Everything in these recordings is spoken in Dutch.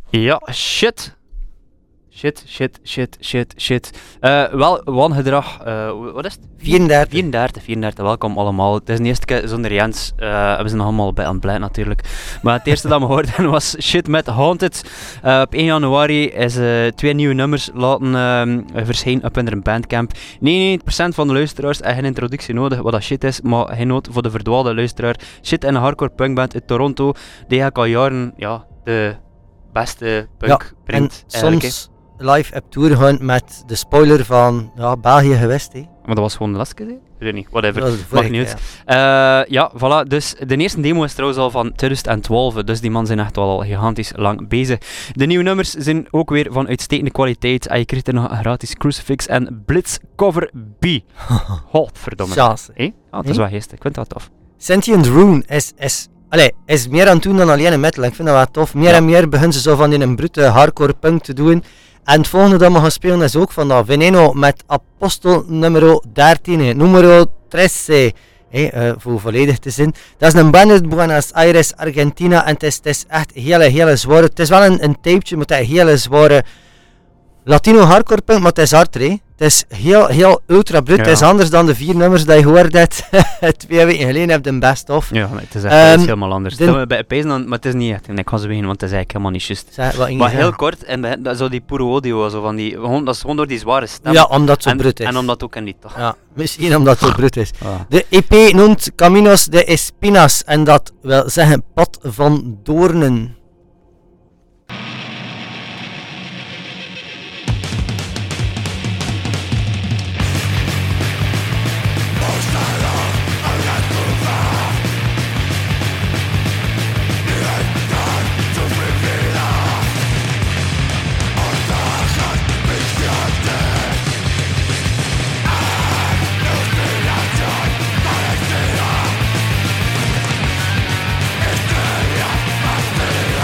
Ja, shit. Wel, wangedrag, wat is het? 34, welkom allemaal. Het is de eerste keer zonder Jens. We zijn nog allemaal aan het blij natuurlijk. Maar het eerste dat we hoorden was Shit met Haunted. Op 1 januari is 2 nieuwe nummers laten verschijnen op hun Bandcamp. 99% van de luisteraars hebben geen introductie nodig wat dat shit is, maar geen nood voor de verdwaalde luisteraar. Shit en een hardcore punkband uit Toronto, die eigenlijk al jaren de beste punk brengt. En soms live op tour gaan met de spoiler van België geweest. Maar dat was gewoon de laatste keer, hè? Ik weet niet, whatever. Mag niet uit. Voilà. Dus de eerste demo is trouwens al van 2012, dus die man zijn echt wel al gigantisch lang bezig. De nieuwe nummers zijn ook weer van uitstekende kwaliteit. En je krijgt er nog een gratis Crucifix en Blitz Cover B. Godverdomme. Dat is wel geestig, ik vind dat tof. Sentient Rune is meer aan het doen dan alleen een metal. Ik vind dat wel tof. Meer en meer beginnen ze zo van in een brute hardcore punk te doen. En het volgende dat we gaan spelen is ook van Veneno met Apostel nummer 13, numero 13, voor volledig te zijn. Dat is een band uit Buenos Aires, Argentina, en het is echt hele zware. Het is wel een tapeje met een hele zware Latino hardcore punk, maar het is harder. Het is heel ultra brut. Het is anders dan de 4 nummers die je hoorde 2 weken geleden hebt een best of. Ja, het is echt helemaal anders. Maar het is niet echt. Ik ga ze beginnen, want het is eigenlijk helemaal niet juist. Maar heel kort, en zo die puro audio, zo van die, dat is gewoon door die zware stem. Ja, omdat het zo brut is. En omdat ook in die toch. Ja, misschien omdat het zo brut is. De EP noemt Caminos de Espinas, en dat wil zeggen pad van doornen. Estrella,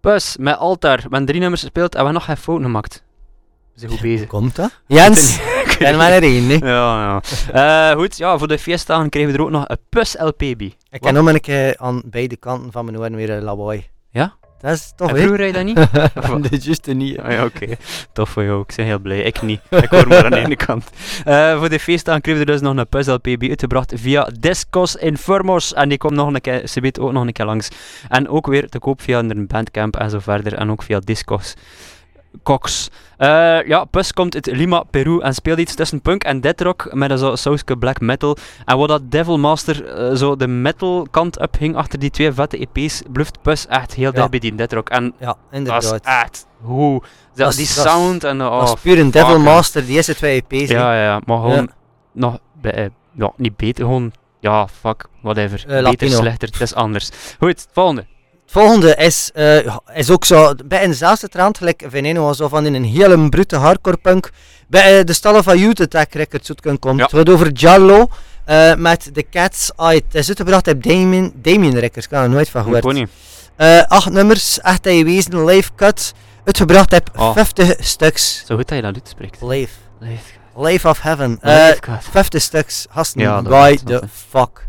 Pus, met Altaar. We hebben 3 nummers gespeeld en we hebben nog geen fouten gemaakt. We zijn goed bezig. Komt dat? Jens, ken maar er één, hè? Ja. Goed, ja, voor de feestdagen kregen we er ook nog een Pus-LP bij. Ik ken nog een keer aan beide kanten van mijn oren weer een lawaai. Ja? Dat is tof, en hè? vroeger je dat niet? Dat is juist niet. Ja, oké. Tof voor jou, ik ben heel blij. Ik niet. Ik hoor maar aan de ene kant. Voor de feestdagen kregen we er dus nog een Pus-LP bij uitgebracht via Discos Informos. En die komt nog een keer, ze weet ook nog een keer langs. En ook weer te koop via een Bandcamp en zo verder. En ook via Discos. Cox. Ja, Pus komt uit Lima, Peru en speelt iets tussen punk en deathrock met een sausje black metal. En wat dat Devilmaster zo de metal kant up hing achter die 2 vette EP's, bluft Pus echt heel dicht bij die deathrock. En ja, inderdaad. dat is echt hoe die sound en dat is puur een Devilmaster, die eerste 2 EP's. Ja, maar gewoon nog niet beter, gewoon whatever. Beter, slechter, het is anders. Goed, volgende. Het volgende is ook zo bij dezelfde trant, gelijk Veneno was zo van in een hele brute hardcore punk. Bij de stallen van Youth Attack Records komt. Het wordt over Giallo met The Cat's Eye. Het is uitgebracht op Damien Records, ik heb er nooit van gehoord. 8 nummers, echt dat je wezen, live cut. Uitgebracht op 50 stuks. Zo goed dat je dat uitspreekt. Live of Heaven. 50 stuks, hasten, ja, by the fuck.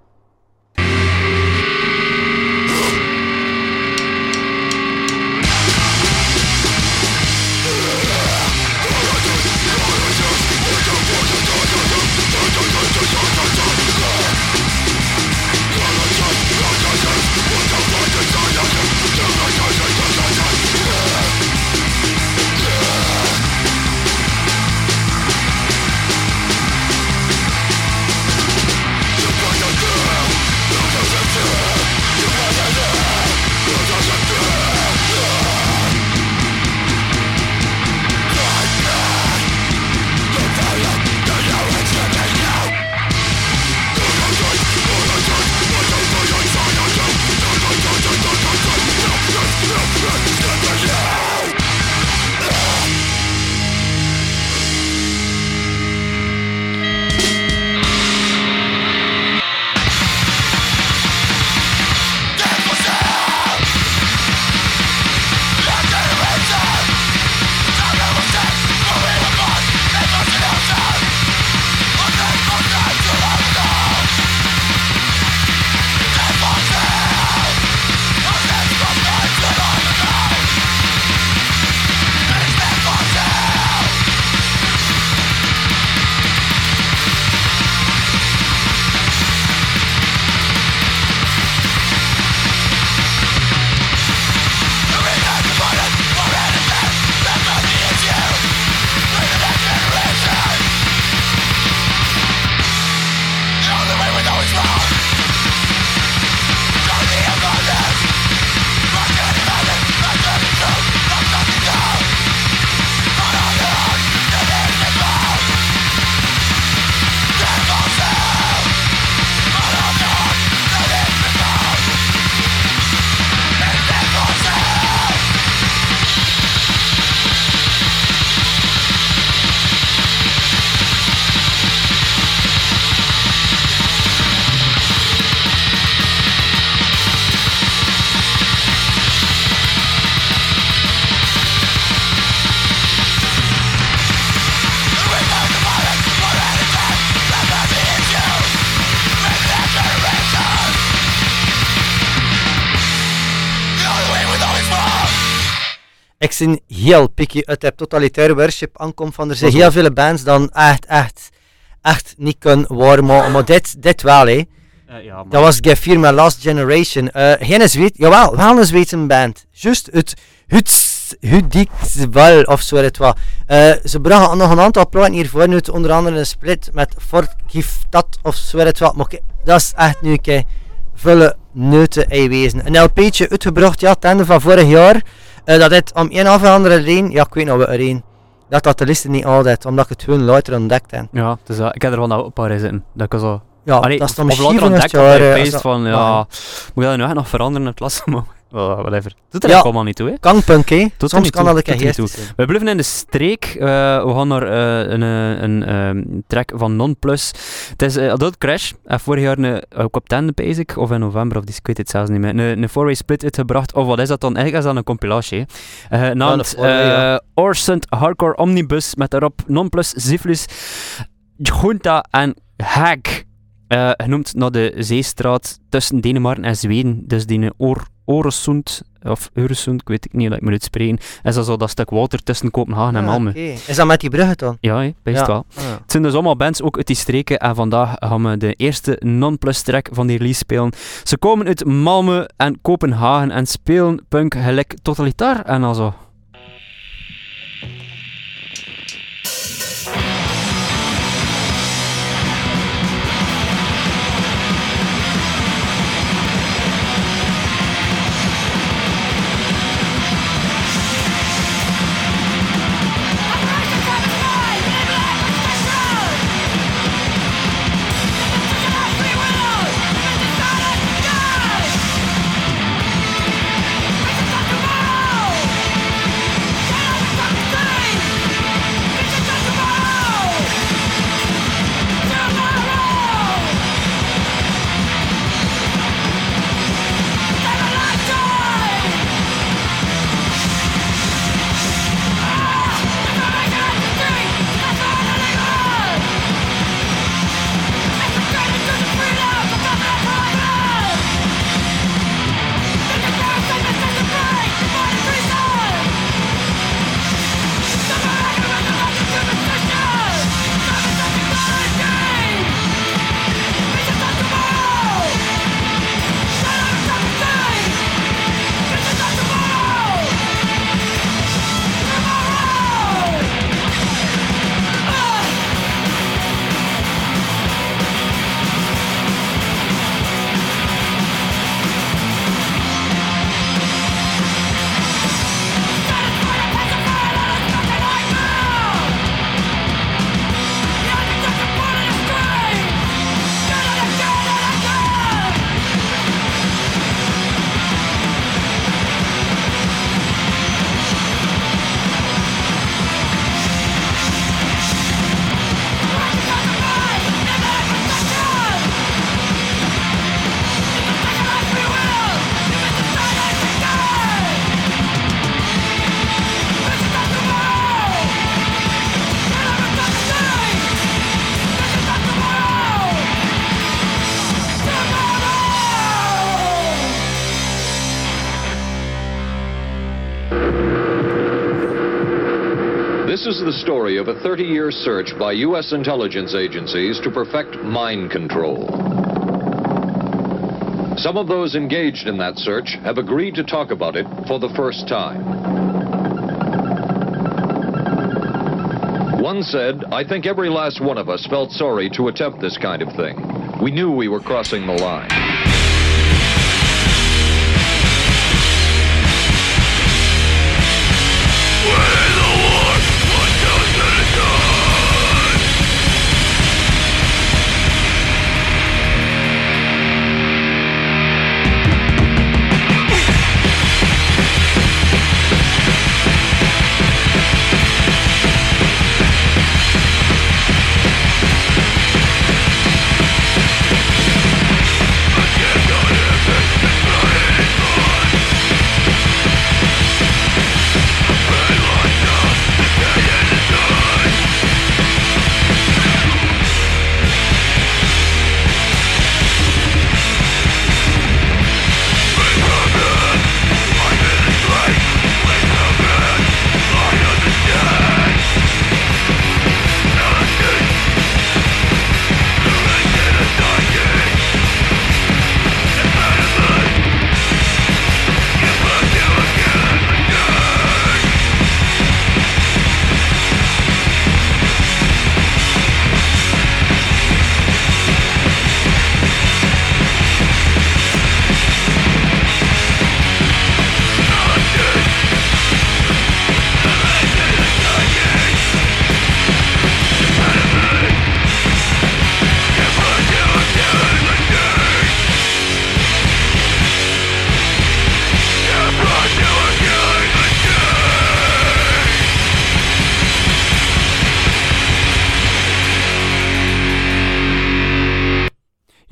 Ik ben heel picky uit het totalitaire worship aankomt van er zijn heel veel bands dan echt niet kunnen waarmaken, maar dit wel hè. Ja, dat was Gefir met Last Generation. Geen Zweed, jawel, wel een Zweedse band. Juist het Hudiksval of zo het was. Ze brachten nog een aantal platen hiervoor nu, onder andere een split met Fortgiftat of zo het was. Maar dat is echt nu een volle neuten eiwezen. Een LP'tje uitgebracht, ja, het einde van vorig jaar. Dat het om een of andere reden, ja ik weet nog wel een, dat de liste niet altijd, omdat ik het gewoon later ontdekt heb. Ja, dus, ik heb er wel een paar in zitten. Dat ik zo... Ja, allee, dat is dan misschien later ontdekt dat je peest van, ja, moet je dat nu echt nog veranderen in het klasse? whatever. Doet er allemaal niet toe, hè? Kangpunk, hè? Soms kan dat een keer zijn. We blijven in de streek. We gaan naar een track van Non-Plus. Het is Adult Crash. Vorig jaar op 10 basic, of in november, of ik weet het zelfs niet meer, een 4-way split uitgebracht. Of wat is dat dan? Eigenlijk is dat een compilatie. Naamd Orsent Hardcore Omnibus, met daarop Non-Plus, Syphilis, Junta en Hag. Genoemd naar de zeestraat tussen Denemarken en Zweden. Dus die Øresund, of Øresund, ik weet niet hoe ik moet uitspreken. Is dat zo dat stuk water tussen Kopenhagen en Malmö. Okay. Is dat met die bruggen dan? Ja, best wel. Het zijn dus allemaal bands, ook uit die streken. En vandaag gaan we de eerste Non-Plus track van die release spelen. Ze komen uit Malmö en Kopenhagen en spelen punk gelijk Totalitair en also. This is the story of a 30-year search by U.S. intelligence agencies to perfect mind control. Some of those engaged in that search have agreed to talk about it for the first time. One said, "I think every last one of us felt sorry to attempt this kind of thing. We knew we were crossing the line." Red light.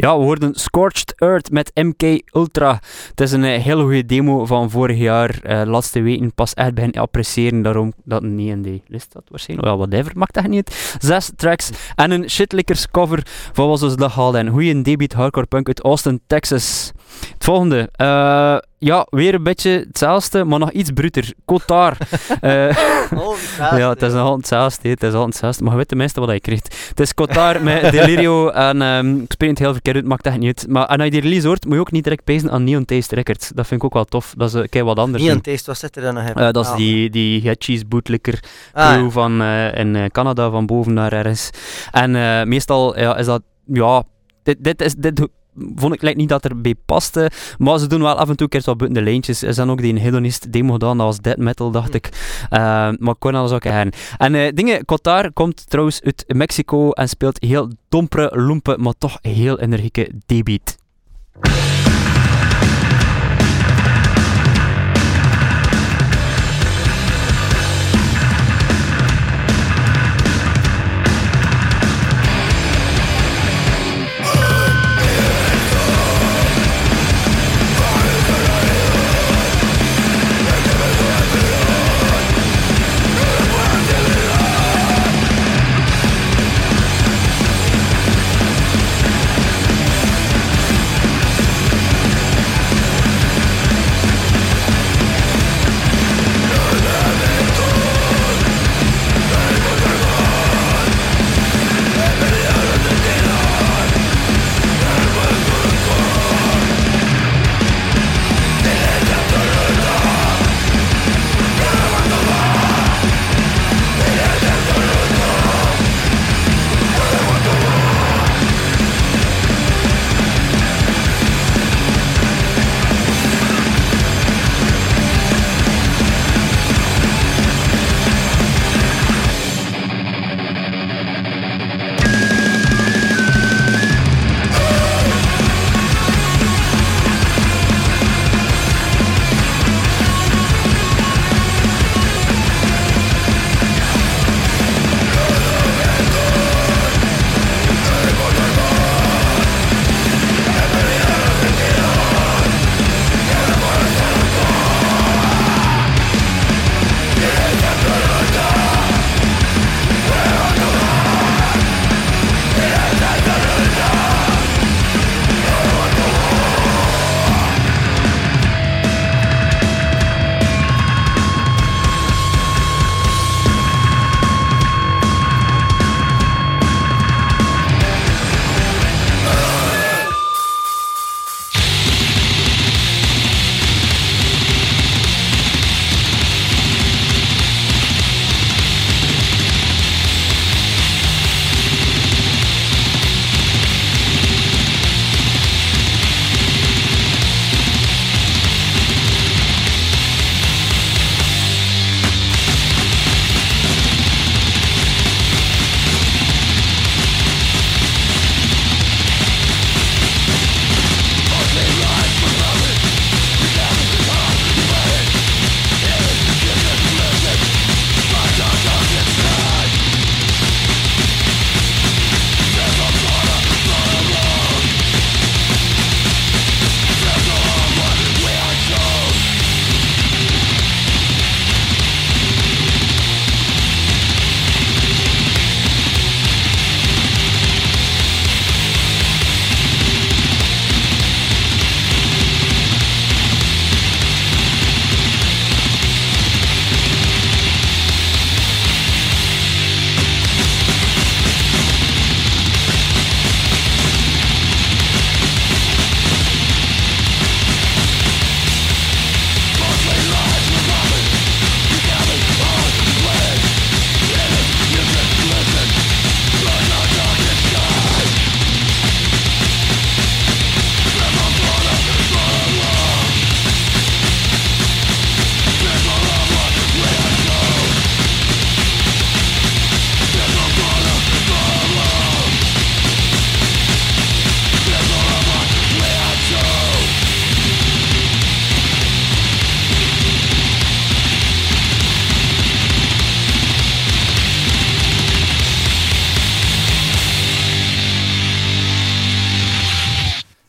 Ja, we hoorden Scorched Earth met MK Ultra. Het is een hele goede demo van vorig jaar. Laatste weken pas echt beginnen appreciëren, daarom dat niet in de list staat waarschijnlijk. Ja, whatever, maakt dat niet. 6 tracks en een shitlikkers cover van wat ze dat haalden. Een goede debuut hardcore punk uit Austin, Texas. Het volgende. Ja, weer een beetje hetzelfde, maar nog iets bruter. Kotar. Ja, het is nog hetzelfde. Maar je weet tenminste wat je krijgt. Het is Kotar met Delirio en ik spreek het heel verkeerd uit, maakt echt niet uit. Maar als je die release hoort, moet je ook niet direct pezen aan Neon Taste Records. Dat vind ik ook wel tof. Dat is wat anders. Neon Taste, wat zit er dan nog in? Dat is die Headcheese bootlicker crew van in Canada, van boven naar ergens. En meestal is dat, ja, dit vond ik niet dat erbij paste, maar ze doen wel af en toe keer wat buiten de lijntjes. Ze hebben ook die Hedonist demo gedaan, dat was death metal, dacht ik. Maar ik kon alles ook heren. En Kotar komt trouwens uit Mexico en speelt heel dompere, loempe, maar toch heel energieke debuut.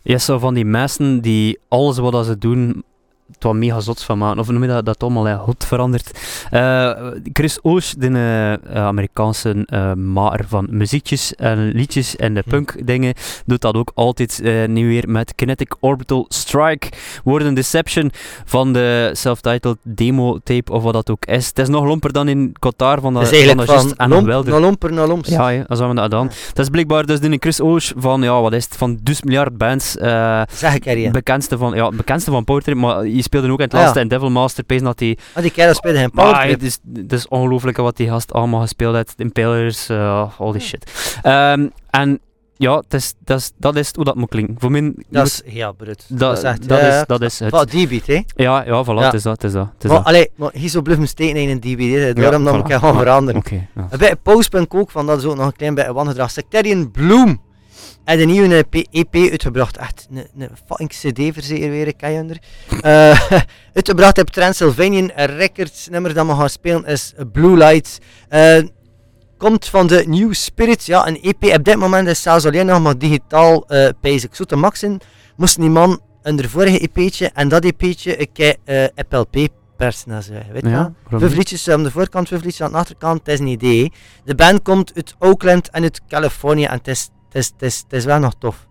Ja, zo van die mensen die alles wat ze doen, het wat mega zot van maken. Of noem je dat allemaal goed verandert. Chris Oesch, de Amerikaanse maker van muziekjes en liedjes en de punk dingen, doet dat ook altijd nu weer met Kinetic Orbital Strike. Worden Deception van de self-titled demo tape of wat dat ook is. Het is nog lomper dan in Qatar van dat lomper naar lomps. Ja, dat hebben we dat gedaan. Dat is blijkbaar dus de Chris Oesch van, ja, wat is het, van 1000 miljard bands. Zeg ik er, ja. Bekendste van Powertrip, maar je speelde ook in het laatste in Devilmaster. Dat die kerel speelde geen Powertrip. Het is ongelooflijk wat die gast allemaal gespeeld heeft. Impalers, all die shit. En ja, dat is hoe dat moet klinken. Voor mij, dat is heel brut. Dat is het. Wat die beat, hè? Ja, voilà, het is dat. Allee, maar hier zo blijven steken in een DBD, daarom dat ik gaan veranderen. Bij Postpunk ook, van dat is ook nog een klein beetje wangedrag. Sectarian Bloom. En een nieuwe EP uitgebracht. Echt een fucking CD-verzeker weer, kan je onder. Uitgebracht op Transylvanian Records. Nummer dat we gaan spelen is Blue Lights. Komt van de New Spirit. Ja, een EP. Op dit moment is zelfs alleen nog maar digitaal basic. Zo te maxen moest die man een vorige EP'tje en dat EP'tje een keer FLP persen. Weet je 5 liedjes aan de voorkant, 5 liedjes aan de achterkant. Het is een idee. De band komt uit Oakland en uit Californië en het is wel nog tof.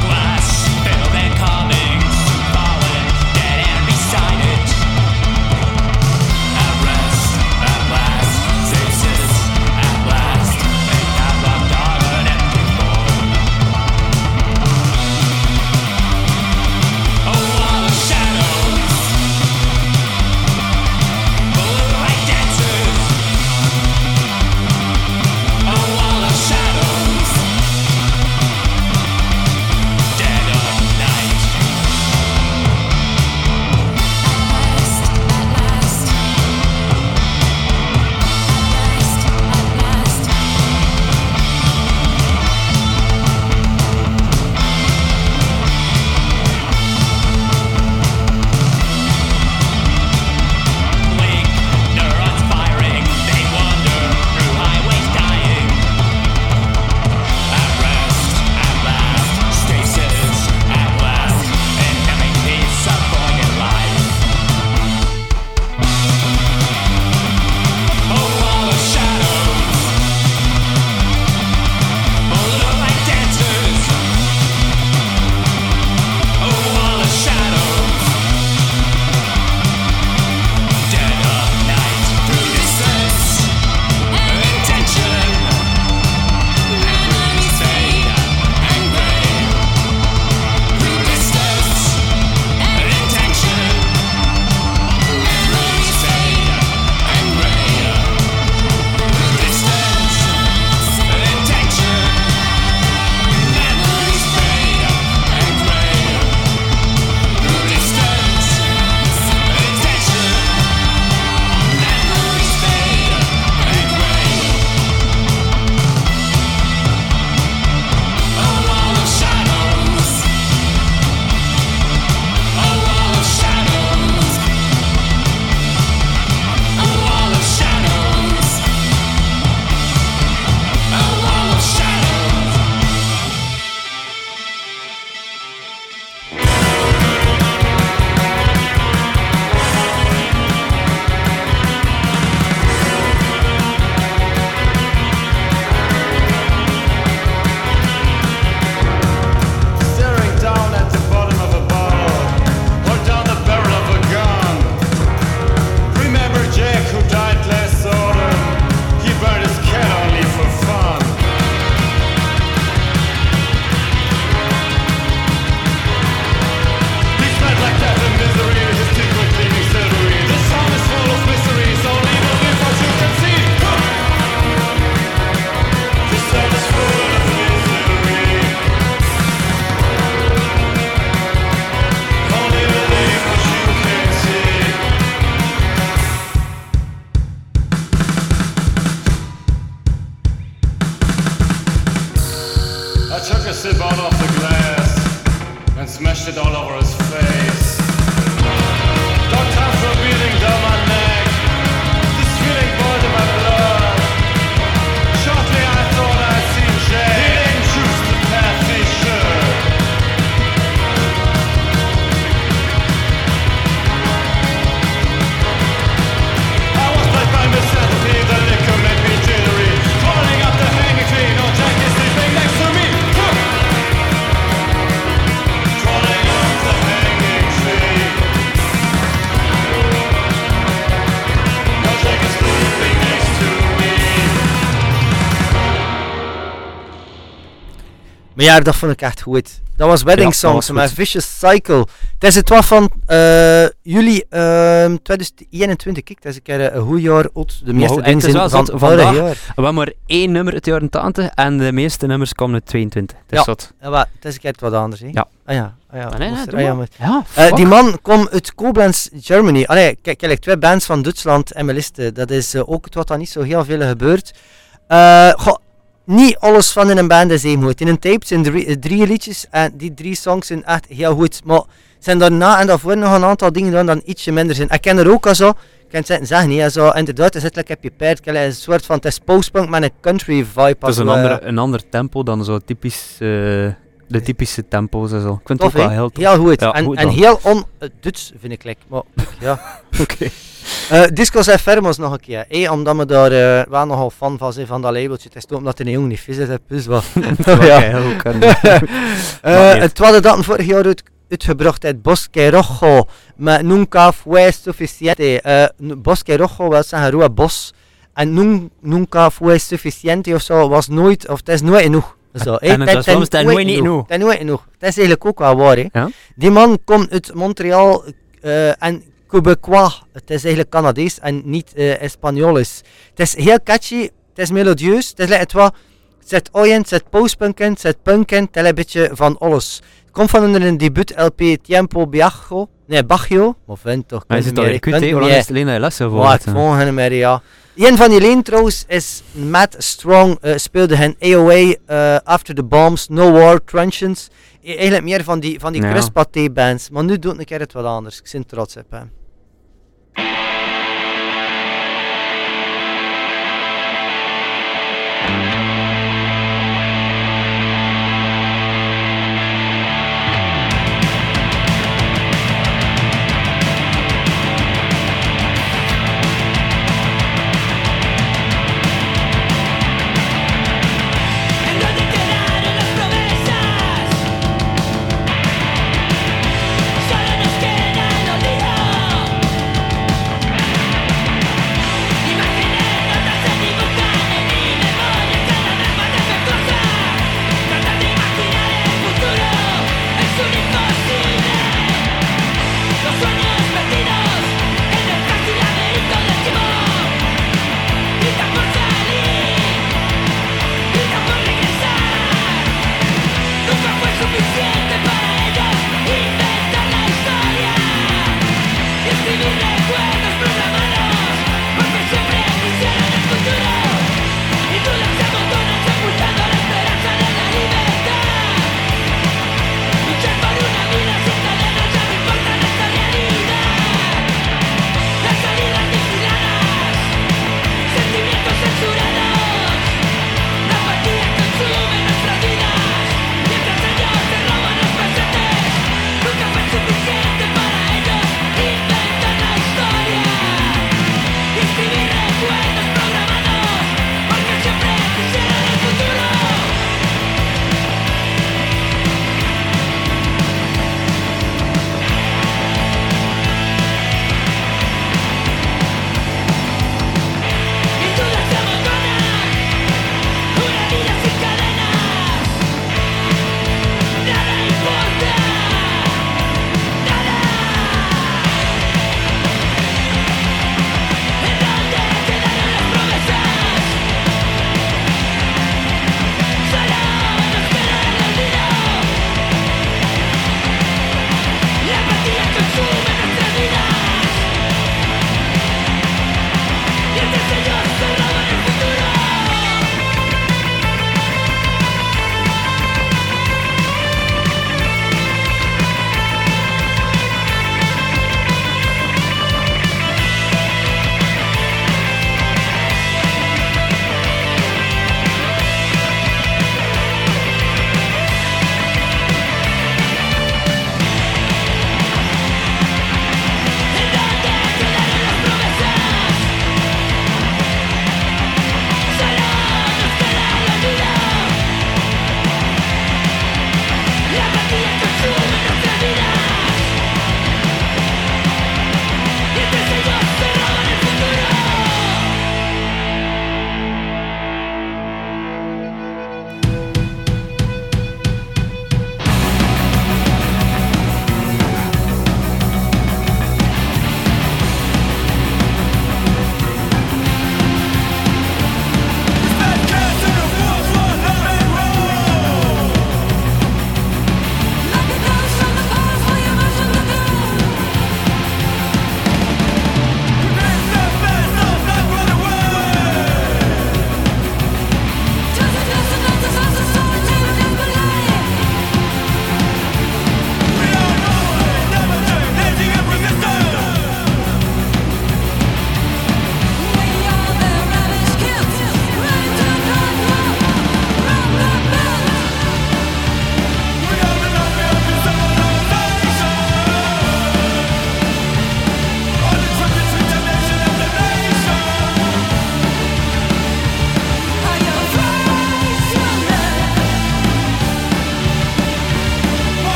Glass, filled and coming, falling, dead and beside it. all over his face. Don't time for beating down my neck. This feeling boiled in my blood. Shortly I thought I'd seen Jay. He didn't choose the path they should. I was led by misanthropy, the liquor made me jittery. Crawling up the hanging tree, no Jackie sleeping next to me. Crawling up the hanging tree. No Jackie sleeping next to me. Maar ja, dat vond ik echt goed. Dat was Wedding Songs was met goed. Vicious Cycle. Het is het wat van juli 2021. Kijk, dat is een keer een goed jaar uit. De meeste Maar dingen het is zijn wel van zot, vorig vandaag- jaar. We hebben maar 1 nummer uit de jaren 80 en de meeste nummers komen uit 22. Dat is Ja. zot. Ja, maar het is een keer wat anders. Hè? Ja. Ah ja. Ah, nee, moest doe er- ah ja, maar. maar- Ja, fuck. die man komt uit Koblenz, Germany. Allee, kijk, ik 2 bands van Duitsland en mijn liste. Dat is ook het wat dan niet zo heel veel gebeurt. Niet alles van in een band is even goed. In een tape zijn 3 liedjes en die 3 songs zijn echt heel goed. Maar zijn daarna en daarvoor nog een aantal dingen die dan ietsje minder zijn. Ik ken er ook al zo, ik kan het zeggen niet, zo, inderdaad, is het like heb je paard, een soort van, het is postpunk met een country vibe. Het is een ander tempo dan zo typisch, de typische tempo's en zo. Ik vind Tof, het ook wel hè? heel tof. Heel goed. Ja, en goed en dan. heel on-Duits vind ik. Maar ja. Oké. Discos Enfermos nog een keer, omdat we daar wel nogal fan van zijn van dat labeltje. Het is toch omdat hij een jongen niet vis is, dus wat. Ja. Het was dat vorig jaar uitgebracht uit Bosque Rojo met Nunca Fue Suficiente. Bosque Rojo wil zeggen Rua Bos en Nunca Fue Suficiente of zo was nooit, of het is nooit genoeg. Zo, En het was soms ten nooit niet genoeg. Ten nooit genoeg. Dat is eigenlijk ook wel waar. Hè. Ja? Die man komt uit Montreal en Quebecois. Het is eigenlijk Canadees en niet Espanjolis. Het is heel catchy, het is melodieus, het is like het wat. Het zit oi in, het zit postpunk in, het zit punk in, het is een beetje van alles. Het komt van onder een debuut LP Tiempo Bajo. Nee, Bajo. Maar vind toch. Maar is het alweer kut, hè? Hoe lang is het alleen dat je lessen Maar volgt? ik vond hem meer, ja. Een van die leen trouwens is Matt Strong, speelde hen AOA, After the Bombs, No War, Truncheons. Eigenlijk meer van die Ja. cruspaté bands. Maar nu doet een keer het wat anders. Ik ben trots op hem. En donde quedaron las promesas, solo nos quedan olvidos.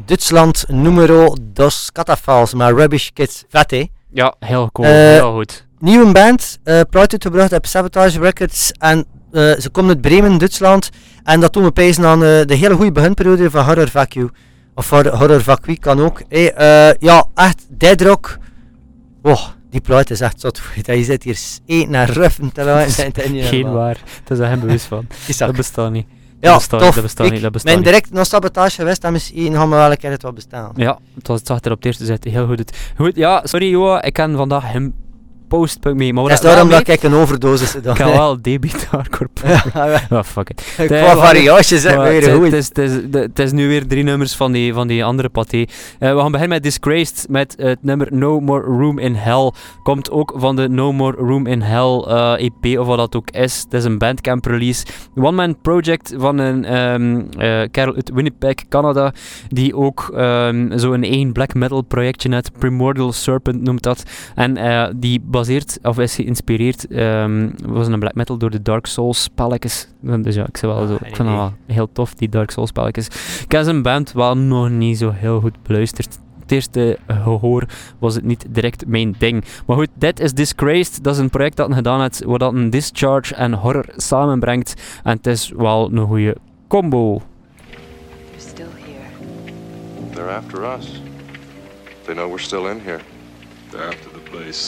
Duitsland numero dos Catafalls, maar Rubbish Kids vet, hè. Ja, heel cool, heel goed. Nieuwe band, Pride uitgebracht op Sabotage Records en ze komen uit Bremen, Duitsland. En dat doen we pijzen aan de hele goede beginperiode van Horror Vacuum. Of Horror Vacui kan ook. Ja, echt dead rock. Oh, die plaat is echt zot goed. Je zit hier eten en ruffen terwijl Geen waar, dat is er geen bewust van. Dat bestaat niet. Ja, dat bestaat niet. Mijn direct naar Sabotage geweest en misschien gaan we wel een keer het wat bestaan. Ja, het zag er op het eerste zitten heel goed uit. Goed, ja, sorry Joa, ik ken vandaag hem postpunt mee. Maar dat is daarom dat ik een overdosis heb. Ik kan wel debit hardcore. Oh, fuck it. Qua variaties zijn weer goed. Het is nu weer 3 nummers van die andere paté. We gaan beginnen met Disgraced, met het nummer No More Room in Hell. Komt ook van de No More Room in Hell EP, of wat dat ook is. Het is een Bandcamp release. One-man project van een kerel uit Winnipeg, Canada, die ook zo'n eigen black metal projectje net, Primordial Serpent noemt dat. En die baseert, of is geïnspireerd, was een black metal door de Dark Souls spelletjes. Dus ja, ik vind dat wel heel tof, die Dark Souls spelletjes. Ik heb zijn band wel nog niet zo heel goed beluisterd. Het eerste gehoor was het niet direct mijn ding. Maar goed, dit is Disgraced. Dat is een project dat hij gedaan heeft, waar dat een discharge en horror samenbrengt. En het is wel een goede combo. You're still here. They're after us. They know we're still in here. They're after the place.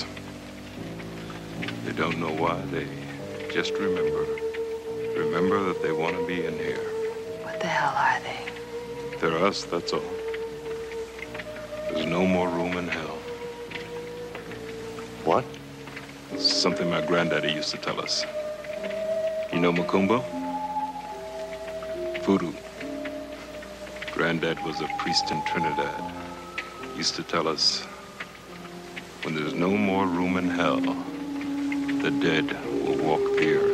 They don't know why. They just remember. Remember that they want to be in here. What the hell are they? They're us, that's all. There's no more room in hell. What? It's something my granddaddy used to tell us. You know Macumba? Voodoo. Granddad was a priest in Trinidad. He used to tell us, when there's no more room in hell, the dead will walk the earth.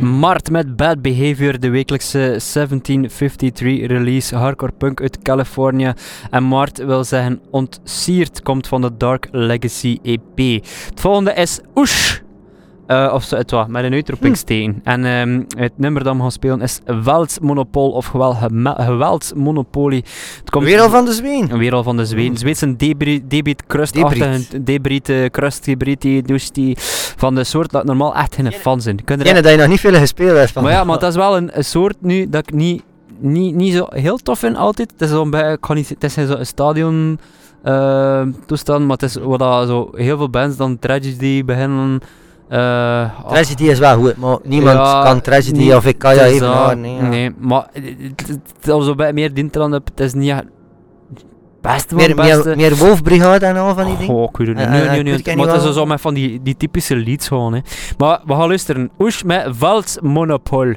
Mart met Bad Behavior, de wekelijkse 1753 release hardcore punk uit Californië. En Mart wil zeggen ontsierd, komt van de Dark Legacy EP. Het volgende is Oesh. Of zo, het was, met een uitroepingsteken. En het nummer dat we gaan spelen is Weltsmonopol, of Geweldsmonopolie. Wereld van de Zween. Een wereld van de Zween. Zweedse debriet crust-achtige, die van de soort dat normaal echt geen fan zijn. Dat je nog niet veel gespeeld hebt van. Maar ja, maar dat is wel een soort nu dat ik niet zo heel tof vind altijd. Het is zo'n bij, het is zo'n stadion toestand, maar het is wat zo heel veel bands dan Tragedy beginnen. Tragedy is wel goed, maar niemand kan Tragedy of ik kan je even nee, maar het is zo bij meer dinterland heb, het is niet echt beste van beste. Meer Wolfbrigade en al van die dingen? Oh, ik weet het niet. Nee, maar het is zo met van die typische leads gewoon. Hè. Maar we gaan luisteren. Oesh met Weltsmonopol.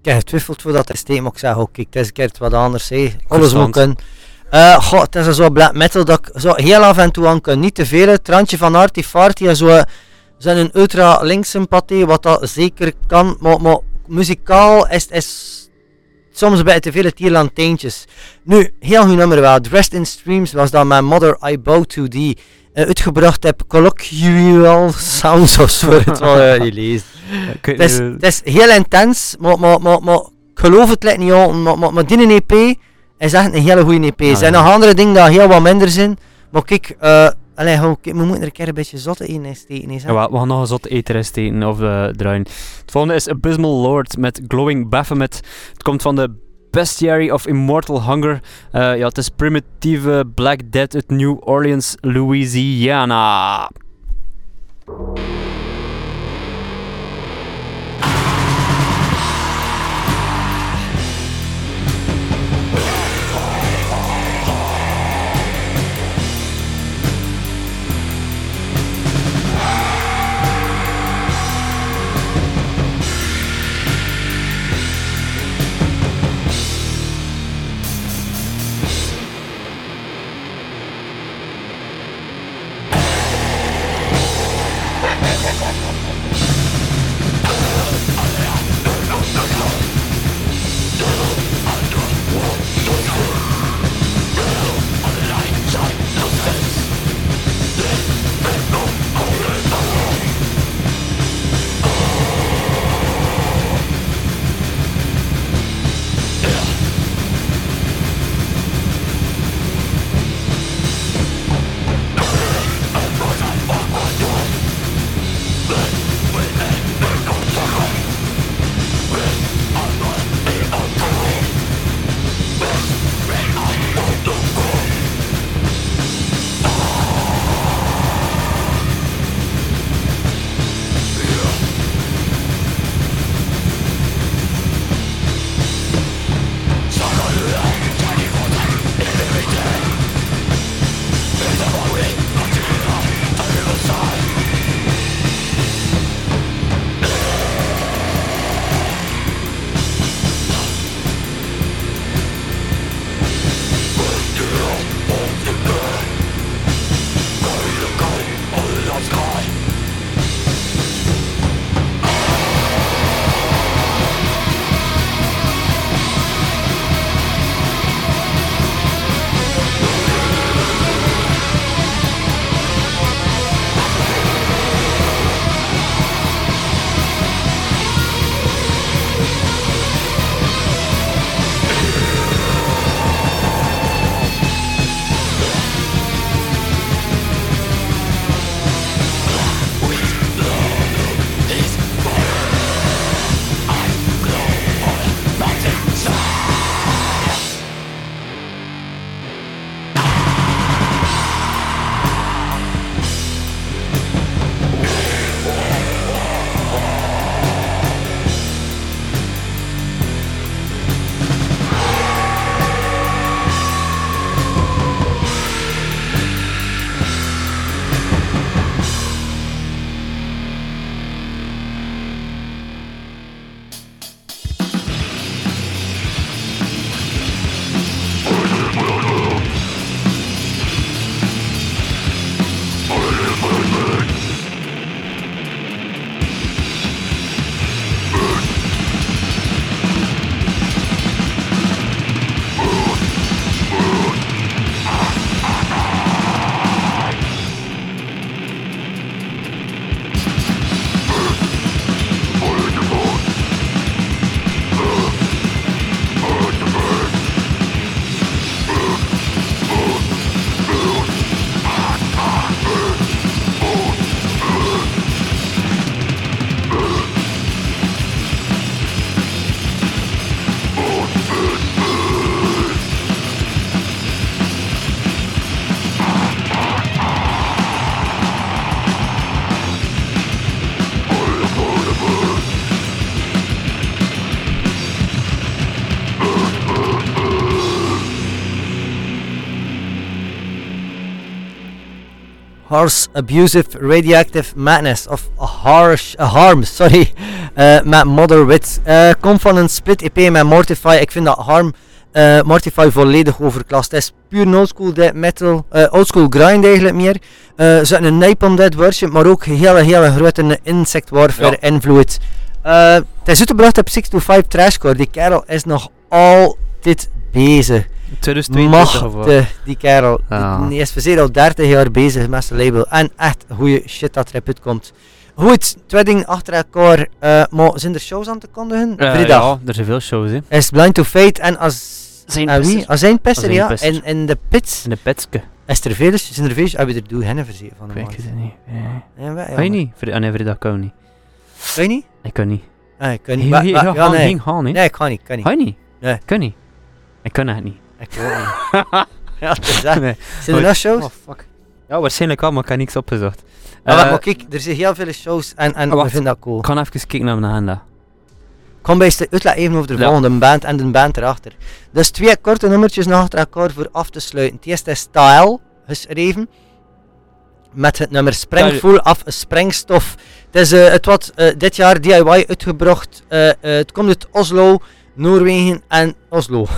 heb getwijfeld voordat hij steekt, maar ik zeg ook, kijk, het is een keer wat anders, alles moet kunnen. Het is zo black metal dat ik zo heel af en toe aan kan, niet te veel, het randje van Artifarty en zo, zijn een ultra links sympathie, wat dat zeker kan, maar muzikaal is soms een beetje te veel tierlantijntjes. Nu, heel goed nummer wel, Dressed in Streams was dat mijn Mother I Bow To Thee uitgebracht heb, Colloquial Sounds of zo, het wel niet lezen. Het is heel intens, maar ik geloof het lijkt niet aan, maar die EP is echt een hele goede EP. Er zijn nog andere dingen die heel wat minder zijn, maar kijk, we moeten er een keer een beetje zotte in steken. Ja, we gaan nog een zotte eter steken of draaien. Het volgende is Abysmal Lord met Glowing Baphomet. Het komt van de Bestiary of Immortal Hunger. Het is primitieve Black Death uit New Orleans, Louisiana. Harsh Abusive Radioactive Madness of Harm, sorry. met Mother Wit. Komt van een split EP met Mortify. Ik vind dat Harm Mortify volledig overklast is. Puur oldschool death metal, oldschool grind eigenlijk meer. Ze hebben een Napalm Death version, maar ook hele grote Insect Warfare invloed. Het is uitgebracht op 625 Trashcore. Die kerel is nog altijd bezig. 2022 of wat? Die kerel. Die is zeer al 30 jaar bezig met zijn label. En echt goede shit dat erop uitkomt. Goed, twee dingen achter elkaar. Maar zijn er shows aan te kondigen? Vrijdag. Ja, er zijn veel shows, hè. Is Blind to Fate en Azijn Pisser, ja. Pisser. In de pits. In de petske. Is er veel? Zijn er veel? Hebben we er doe hen verzekerd van de Ik weet het niet. Kan je niet? Nee, vrijdag kan niet. Kan je niet? Ik kan niet. Nee, ik kan niet. Nee, Nee, ik kan niet. Kan je niet? Nee. Ik kan niet. Ik kan het niet. Ik ook niet. Ja, het is dat. Nee. Zijn er nog shows? Oh, fuck. Ja, waarschijnlijk wel, maar ik heb niks opgezocht. Maar kijk, er zijn heel veel shows en we vinden dat cool. Ik ga even kijken naar mijn agenda. Kom bij de uitleg even over de volgende band en de band erachter. Dus 2 korte nummertjes nog achter elkaar voor af te sluiten. Het eerste is Style, geschreven. Met het nummer Sprengvoel af Sprengstof. Het is het wat dit jaar DIY uitgebracht. Het komt uit Oslo, Noorwegen en Oslo,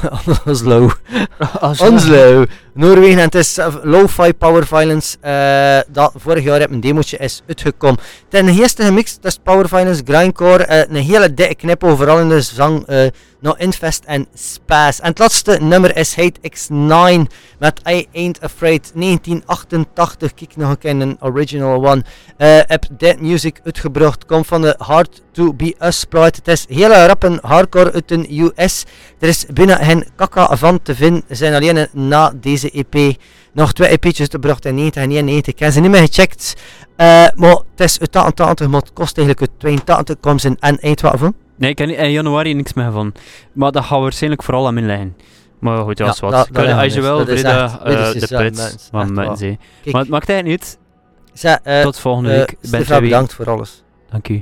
Noorwegen, en het is lo-fi power violence dat vorig jaar op een demootje is uitgekomen. Het is een geestige mix, het is power violence, grindcore, een hele dikke knippel, vooral in de zang, No Infest en Spaz. En het laatste nummer is Hate X9 met I Ain't Afraid 1988, kijk nog een keer een original one. Heb Dead Music uitgebracht, komt van de Hard to Be Us plaat. Het is hele rappen hardcore uit de US. Er is bijna geen kakka van te vinden, zijn alleen na deze EP nog 2 EP'tjes uitgebracht in 1991. Ik heb ze niet meer gecheckt, maar het is uit 88, maar het kost eigenlijk uit 82 komt ze en eind wat van. Nee, ik heb in januari niks meer van. Maar dat gaat waarschijnlijk vooral aan mijn lijn. Maar goed, ja, is wat. Als je wel vrijdag de pits van Muttenzee. Maar het maakt eigenlijk niet. Tot volgende week. Stefan, bedankt voor alles. Dank u.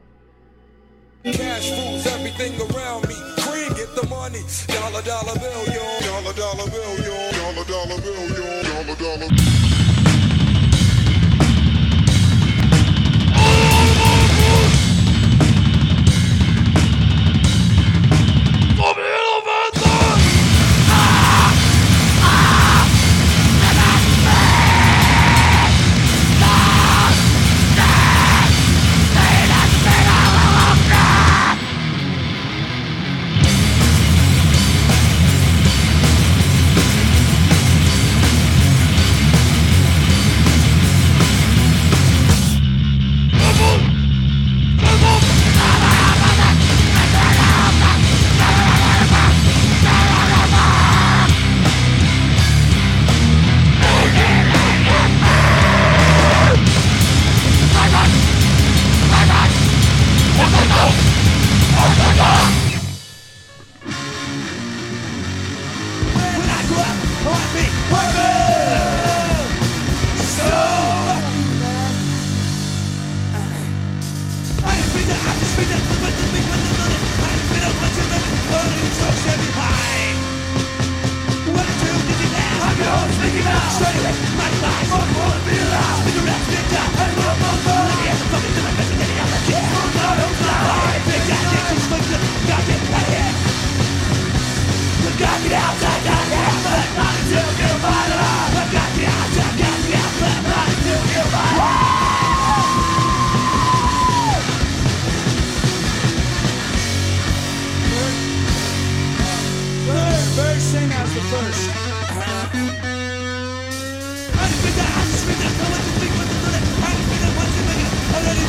Cash rules everything around me. Cream, get the money. Dollar bill, yo. Dollar bill, yo. Dollar bill, yo. Dollar.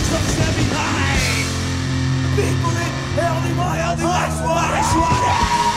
People in hell, they want hell, they want